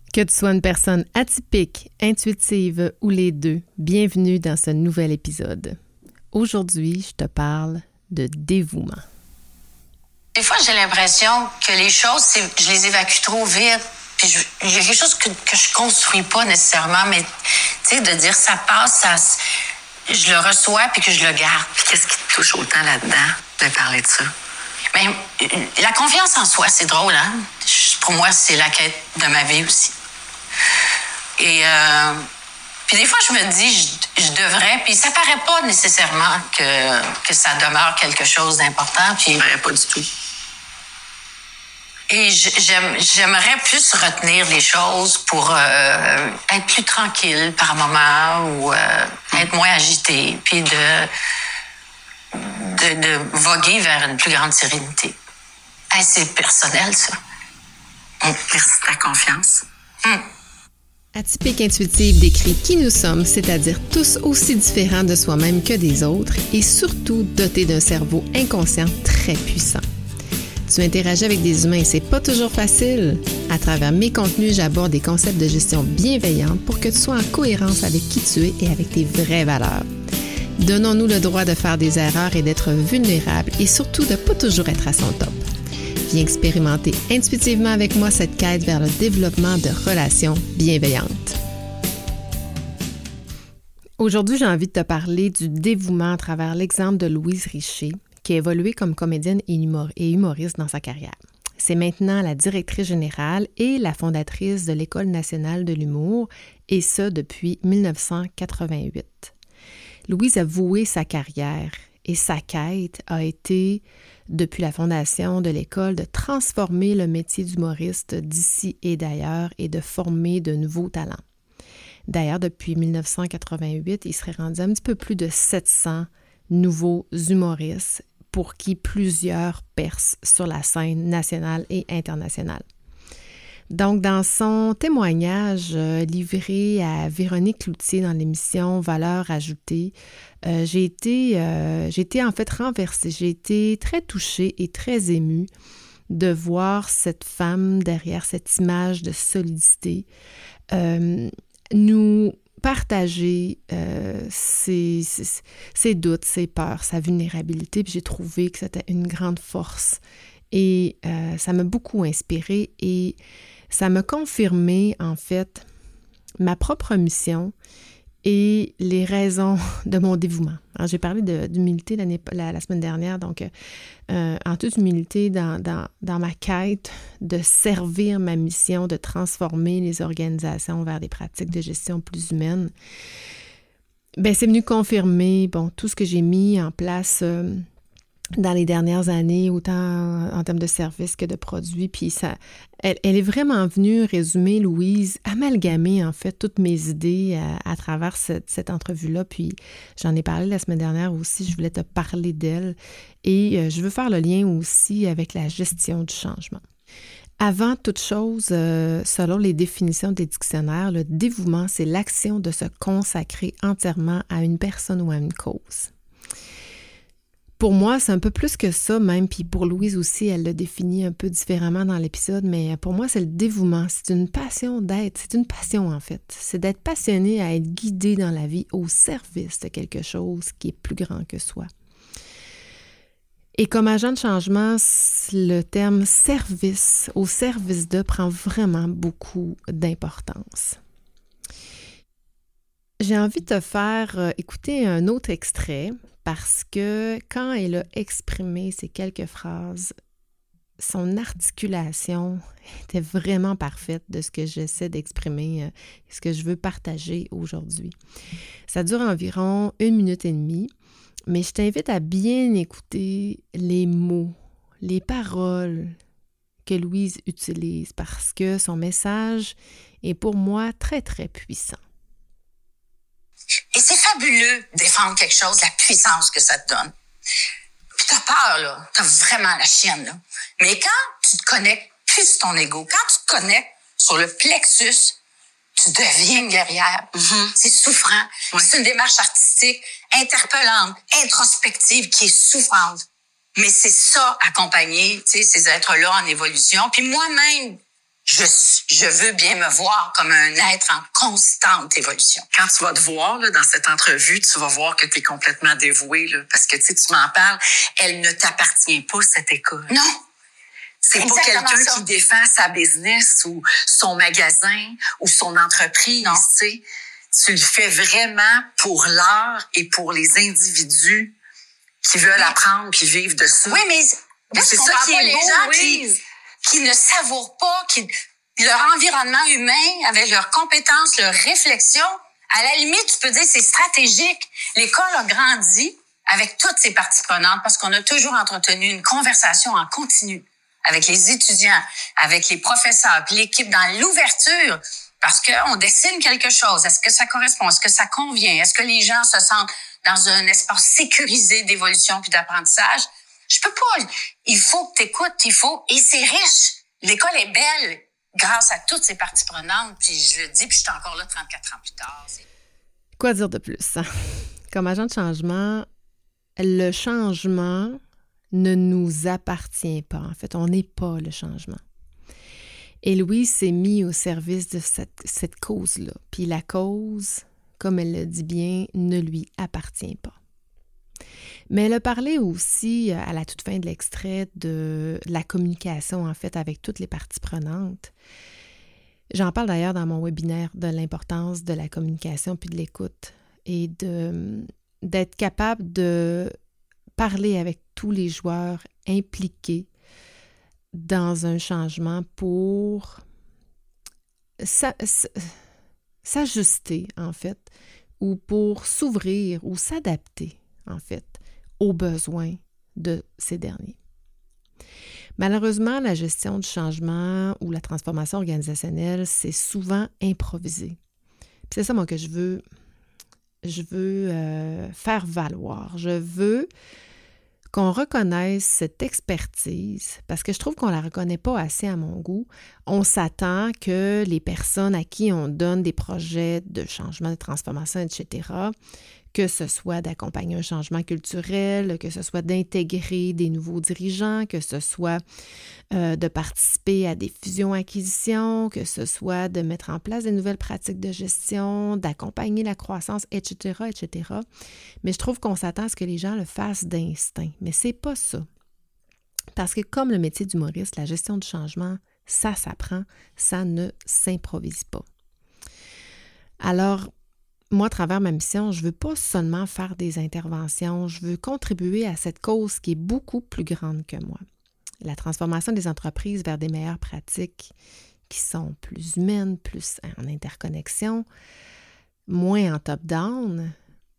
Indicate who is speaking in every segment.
Speaker 1: Que tu sois une personne atypique, intuitive ou les deux, bienvenue dans ce nouvel épisode. Aujourd'hui, je te parle de dévouement.
Speaker 2: Des fois, j'ai l'impression que les choses, je les évacue trop vite. Puis il y a quelque chose que je construis pas nécessairement, mais tu sais, de dire ça passe, je le reçois puis que je le garde. Puis qu'est-ce qui te touche autant là-dedans de parler de ça? Bien, la confiance en soi, c'est drôle, hein? Pour moi, c'est la quête de ma vie aussi. Et puis des fois, je me dis, je devrais, puis ça paraît pas nécessairement que ça demeure quelque chose d'important, puis pas du tout. Et j'aimerais plus retenir les choses pour être plus tranquille par moment ou être moins agitée, puis de voguer vers une plus grande sérénité. Hey, c'est personnel, ça. Merci de ta confiance.
Speaker 1: Atypique Intuitive décrit qui nous sommes, c'est-à-dire tous aussi différents de soi-même que des autres et surtout dotés d'un cerveau inconscient très puissant. Tu interagis avec des humains et c'est pas toujours facile. À travers mes contenus, j'aborde des concepts de gestion bienveillante pour que tu sois en cohérence avec qui tu es et avec tes vraies valeurs. Donnons-nous le droit de faire des erreurs et d'être vulnérables et surtout de pas toujours être à son top. Viens expérimenter intuitivement avec moi cette quête vers le développement de relations bienveillantes. Aujourd'hui, j'ai envie de te parler du dévouement à travers l'exemple de Louise Richer, qui a évolué comme comédienne et humoriste dans sa carrière. C'est maintenant la directrice générale et la fondatrice de l'École nationale de l'humour, et ce depuis 1988. Louise a voué sa carrière et sa quête a été, depuis la fondation de l'école, de transformer le métier d'humoriste d'ici et d'ailleurs et de former de nouveaux talents. D'ailleurs, depuis 1988, il serait rendu un petit peu plus de 700 nouveaux humoristes pour qui plusieurs percent sur la scène nationale et internationale. Donc, dans son témoignage livré à Véronique Cloutier dans l'émission Valeurs ajoutées, j'ai été en fait renversée. J'ai été très touchée et très émue de voir cette femme derrière cette image de solidité nous partager ses doutes, ses peurs, sa vulnérabilité. Puis j'ai trouvé que c'était une grande force et ça m'a beaucoup inspirée et ça m'a confirmé, en fait, ma propre mission et les raisons de mon dévouement. Alors, j'ai parlé d'humilité la semaine dernière, donc en toute humilité dans ma quête de servir ma mission, de transformer les organisations vers des pratiques de gestion plus humaines. Bien, c'est venu confirmer tout ce que j'ai mis en place dans les dernières années, autant en termes de services que de produits. Puis elle est vraiment venue résumer, Louise, amalgamer en fait toutes mes idées à travers cette entrevue-là. Puis j'en ai parlé la semaine dernière aussi, je voulais te parler d'elle. Et je veux faire le lien aussi avec la gestion du changement. Avant toute chose, selon les définitions des dictionnaires, le dévouement, c'est l'action de se consacrer entièrement à une personne ou à une cause. Pour moi, c'est un peu plus que ça même, puis pour Louise aussi, elle le définit un peu différemment dans l'épisode, mais pour moi, c'est le dévouement. C'est une passion d'être, c'est une passion en fait. C'est d'être passionné à être guidé dans la vie au service de quelque chose qui est plus grand que soi. Et comme agent de changement, le terme service, au service de, prend vraiment beaucoup d'importance. J'ai envie de te faire écouter un autre extrait parce que quand elle a exprimé ces quelques phrases, son articulation était vraiment parfaite de ce que j'essaie d'exprimer, ce que je veux partager aujourd'hui. Ça dure environ 1 minute et demie, mais je t'invite à bien écouter les mots, les paroles que Louise utilise parce que son message est pour moi très, très puissant.
Speaker 2: Et c'est fabuleux de défendre quelque chose, la puissance que ça te donne. Puis t'as peur, là. T'as vraiment la chienne, là. Mais quand tu te connectes plus sur ton ego, quand tu te connectes sur le plexus, tu deviens une guerrière. Mm-hmm. C'est souffrant. Ouais. C'est une démarche artistique interpellante, introspective, qui est souffrante. Mais c'est ça, accompagner, tu sais, ces êtres-là en évolution. Puis moi-même, je veux bien me voir comme un être en constante évolution.
Speaker 3: Quand tu vas te voir là, dans cette entrevue, tu vas voir que tu es complètement dévouée, là, parce que tu m'en parles, elle ne t'appartient pas, cette école.
Speaker 2: Non.
Speaker 3: C'est pas quelqu'un qui défend sa business ou son magasin ou son entreprise. Tu le fais vraiment pour l'art et pour les individus qui veulent apprendre puis vivre de ça.
Speaker 2: Oui, mais c'est ça qui est beau, les gens qui ne savourent pas, leur environnement humain, avec leurs compétences, leurs réflexions. À la limite, tu peux dire c'est stratégique. L'école a grandi avec toutes ses parties prenantes parce qu'on a toujours entretenu une conversation en continu avec les étudiants, avec les professeurs, puis l'équipe dans l'ouverture, parce qu'on dessine quelque chose. Est-ce que ça correspond? Est-ce que ça convient? Est-ce que les gens se sentent dans un espace sécurisé d'évolution puis d'apprentissage? Je peux pas. Il faut que t'écoutes, et c'est riche. L'école est belle grâce à toutes ces parties prenantes, puis je le dis, puis je suis encore là 34 ans plus tard.
Speaker 1: Quoi dire de plus? Comme agent de changement, le changement ne nous appartient pas. En fait, on n'est pas le changement. Et Louise s'est mise au service de cette cause-là. Puis la cause, comme elle le dit bien, ne lui appartient pas. Mais elle a parlé aussi, à la toute fin de l'extrait, de la communication, en fait, avec toutes les parties prenantes. J'en parle d'ailleurs dans mon webinaire de l'importance de la communication puis de l'écoute et d'être capable de parler avec tous les joueurs impliqués dans un changement pour s'ajuster, en fait, ou pour s'ouvrir ou s'adapter, en fait, aux besoins de ces derniers. Malheureusement, la gestion du changement ou la transformation organisationnelle, c'est souvent improvisé. Puis c'est ça, moi, que je veux faire valoir. Je veux qu'on reconnaisse cette expertise, parce que je trouve qu'on ne la reconnaît pas assez à mon goût. On s'attend que les personnes à qui on donne des projets de changement, de transformation, etc., que ce soit d'accompagner un changement culturel, que ce soit d'intégrer des nouveaux dirigeants, que ce soit de participer à des fusions-acquisitions, que ce soit de mettre en place des nouvelles pratiques de gestion, d'accompagner la croissance, etc., etc. Mais je trouve qu'on s'attend à ce que les gens le fassent d'instinct. Mais c'est pas ça. Parce que comme le métier d'humoriste, la gestion du changement, ça s'apprend, ça ne s'improvise pas. Alors, moi, à travers ma mission, je ne veux pas seulement faire des interventions, je veux contribuer à cette cause qui est beaucoup plus grande que moi. La transformation des entreprises vers des meilleures pratiques qui sont plus humaines, plus en interconnexion, moins en top-down,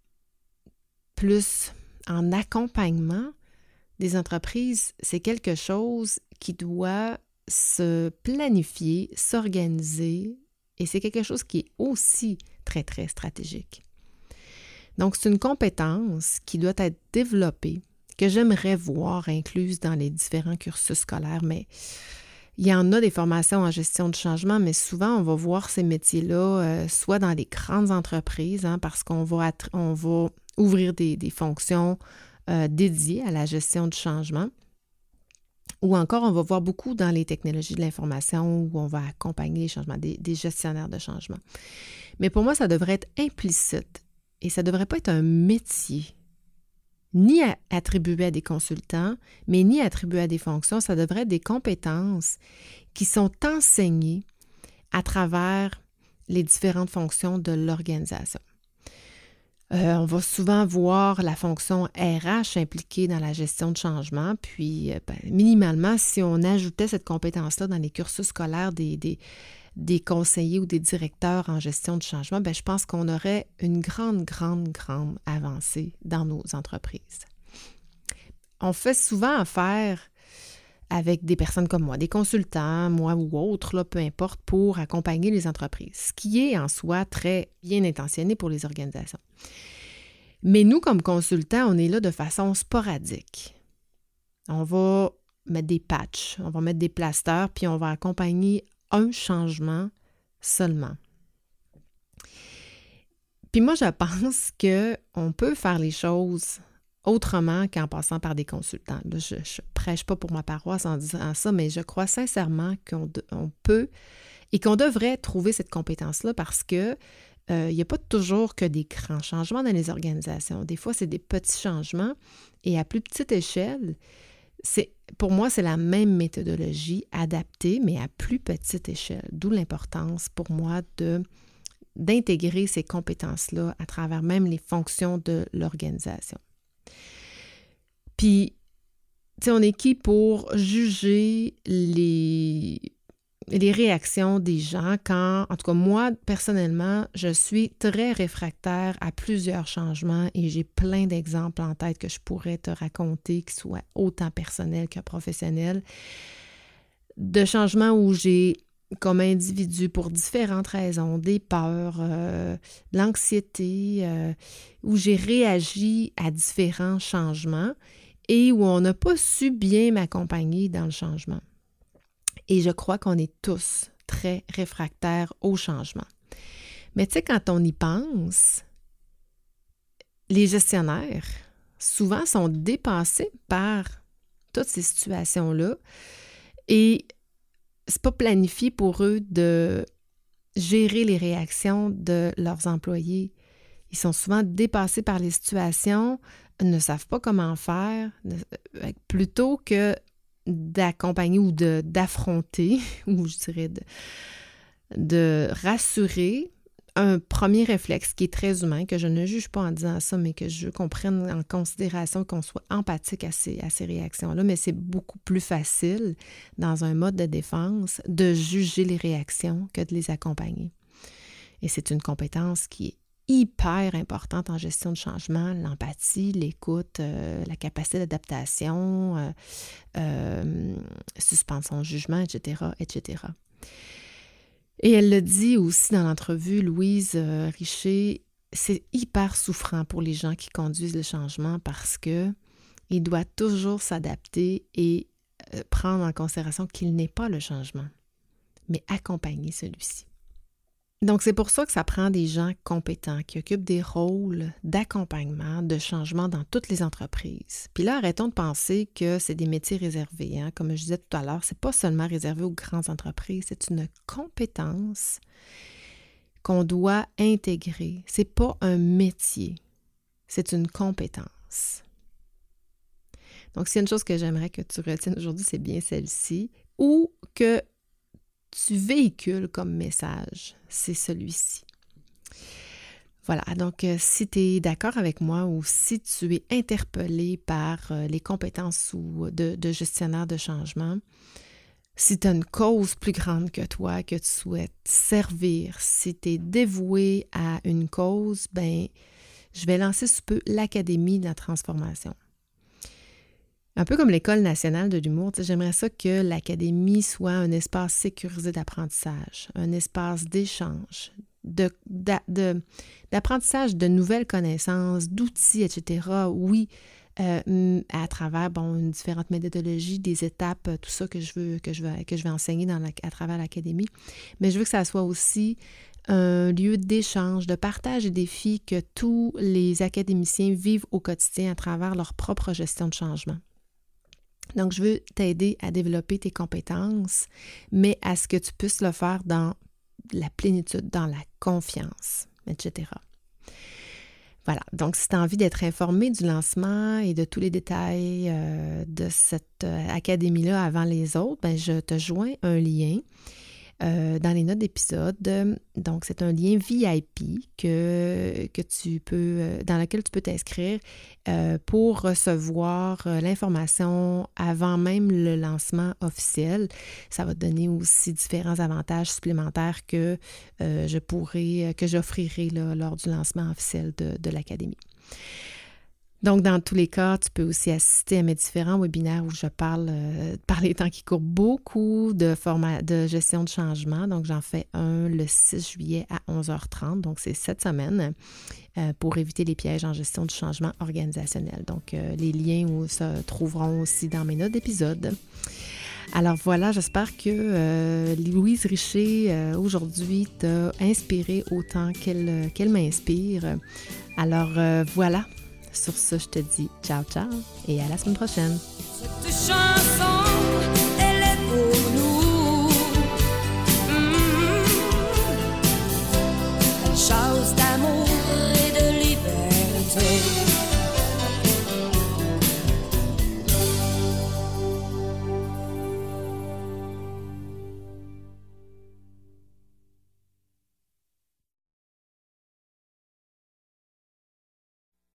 Speaker 1: plus en accompagnement des entreprises, c'est quelque chose qui doit se planifier, s'organiser, et c'est quelque chose qui est aussi très, très stratégique. Donc, c'est une compétence qui doit être développée, que j'aimerais voir incluse dans les différents cursus scolaires, mais il y en a des formations en gestion du changement, mais souvent, on va voir ces métiers-là soit dans les grandes entreprises, parce qu'on va ouvrir des fonctions dédiées à la gestion du changement, ou encore, on va voir beaucoup dans les technologies de l'information où on va accompagner les changements, des gestionnaires de changement. Mais pour moi, ça devrait être implicite et ça ne devrait pas être un métier, ni attribué à des consultants, mais ni attribué à des fonctions. Ça devrait être des compétences qui sont enseignées à travers les différentes fonctions de l'organisation. On va souvent voir la fonction RH impliquée dans la gestion de changement, puis minimalement, si on ajoutait cette compétence-là dans les cursus scolaires des conseillers ou des directeurs en gestion de changement, je pense qu'on aurait une grande avancée dans nos entreprises. On fait souvent affaire avec des personnes comme moi, des consultants, moi ou autres, là, peu importe, pour accompagner les entreprises, ce qui est en soi très bien intentionné pour les organisations. Mais nous, comme consultants, on est là de façon sporadique. On va mettre des patchs, on va mettre des plasters, puis on va accompagner un changement seulement. Puis moi, je pense qu'on peut faire les choses autrement qu'en passant par des consultants. Là, je ne prêche pas pour ma paroisse en disant ça, mais je crois sincèrement qu'on peut et qu'on devrait trouver cette compétence-là parce que il n'y a pas toujours que des grands changements dans les organisations. Des fois, c'est des petits changements et à plus petite échelle, pour moi, c'est la même méthodologie adaptée, mais à plus petite échelle. D'où l'importance pour moi d'intégrer ces compétences-là à travers même les fonctions de l'organisation. Puis, tu sais, on est qui pour juger les réactions des gens quand, en tout cas moi, personnellement, je suis très réfractaire à plusieurs changements et j'ai plein d'exemples en tête que je pourrais te raconter qui soient autant personnels que professionnels, de changements où j'ai, comme individu, pour différentes raisons, des peurs, de l'anxiété, où j'ai réagi à différents changements et où on n'a pas su bien m'accompagner dans le changement. Et je crois qu'on est tous très réfractaires au changement. Mais tu sais, quand on y pense, les gestionnaires, souvent, sont dépassés par toutes ces situations-là et c'est pas planifié pour eux de gérer les réactions de leurs employés. Ils sont souvent dépassés par les situations, ne savent pas comment faire, plutôt que d'accompagner ou d'affronter, ou je dirais de rassurer. Un premier réflexe qui est très humain, que je ne juge pas en disant ça, mais que je veux qu'on prenne en considération, qu'on soit empathique à ces réactions-là, mais c'est beaucoup plus facile dans un mode de défense de juger les réactions que de les accompagner. Et c'est une compétence qui est hyper importante en gestion de changement, l'empathie, l'écoute, la capacité d'adaptation, suspendre son jugement, etc., etc. Et elle le dit aussi dans l'entrevue, Louise Richer, c'est hyper souffrant pour les gens qui conduisent le changement parce qu'il doit toujours s'adapter et prendre en considération qu'il n'est pas le changement, mais accompagner celui-ci. Donc, c'est pour ça que ça prend des gens compétents qui occupent des rôles d'accompagnement, de changement dans toutes les entreprises. Puis là, arrêtons de penser que c'est des métiers réservés. Hein? Comme je disais tout à l'heure, c'est pas seulement réservé aux grandes entreprises, c'est une compétence qu'on doit intégrer. C'est pas un métier, c'est une compétence. Donc, s'il y a une chose que j'aimerais que tu retiennes aujourd'hui, c'est bien celle-ci, ou que tu véhicules comme message, c'est celui-ci. Voilà, donc si tu es d'accord avec moi ou si tu es interpellé par les compétences de gestionnaire de changement, si tu as une cause plus grande que toi, que tu souhaites servir, si tu es dévoué à une cause, ben je vais lancer sous peu l'Académie de la transformation. Un peu comme l'École nationale de l'humour, j'aimerais ça que l'Académie soit un espace sécurisé d'apprentissage, un espace d'échange, d'apprentissage de nouvelles connaissances, d'outils, etc. Oui, à travers une différentes méthodologies, des étapes, tout ça que je vais enseigner à travers l'Académie. Mais je veux que ça soit aussi un lieu d'échange, de partage et défis que tous les académiciens vivent au quotidien à travers leur propre gestion de changement. Donc, je veux t'aider à développer tes compétences, mais à ce que tu puisses le faire dans la plénitude, dans la confiance, etc. Voilà, donc si tu as envie d'être informé du lancement et de tous les détails de cette académie-là avant les autres, ben, je te joins un lien dans les notes d'épisode. Donc, c'est un lien VIP que tu peux, dans lequel tu peux t'inscrire pour recevoir l'information avant même le lancement officiel. Ça va te donner aussi différents avantages supplémentaires que j'offrirai là, lors du lancement officiel de l'Académie. Donc, dans tous les cas, tu peux aussi assister à mes différents webinaires où je parle, par les temps qui courent, beaucoup de gestion de changement. Donc, j'en fais un le 6 juillet à 11h30. Donc, c'est cette semaine pour éviter les pièges en gestion du changement organisationnel. Donc, les liens se trouveront aussi dans mes notes d'épisode. Alors voilà, j'espère que Louise Richer, aujourd'hui, t'a inspiré autant qu'elle m'inspire. Alors voilà. Sur ce, je te dis ciao, ciao et à la semaine prochaine.
Speaker 4: Cette chanson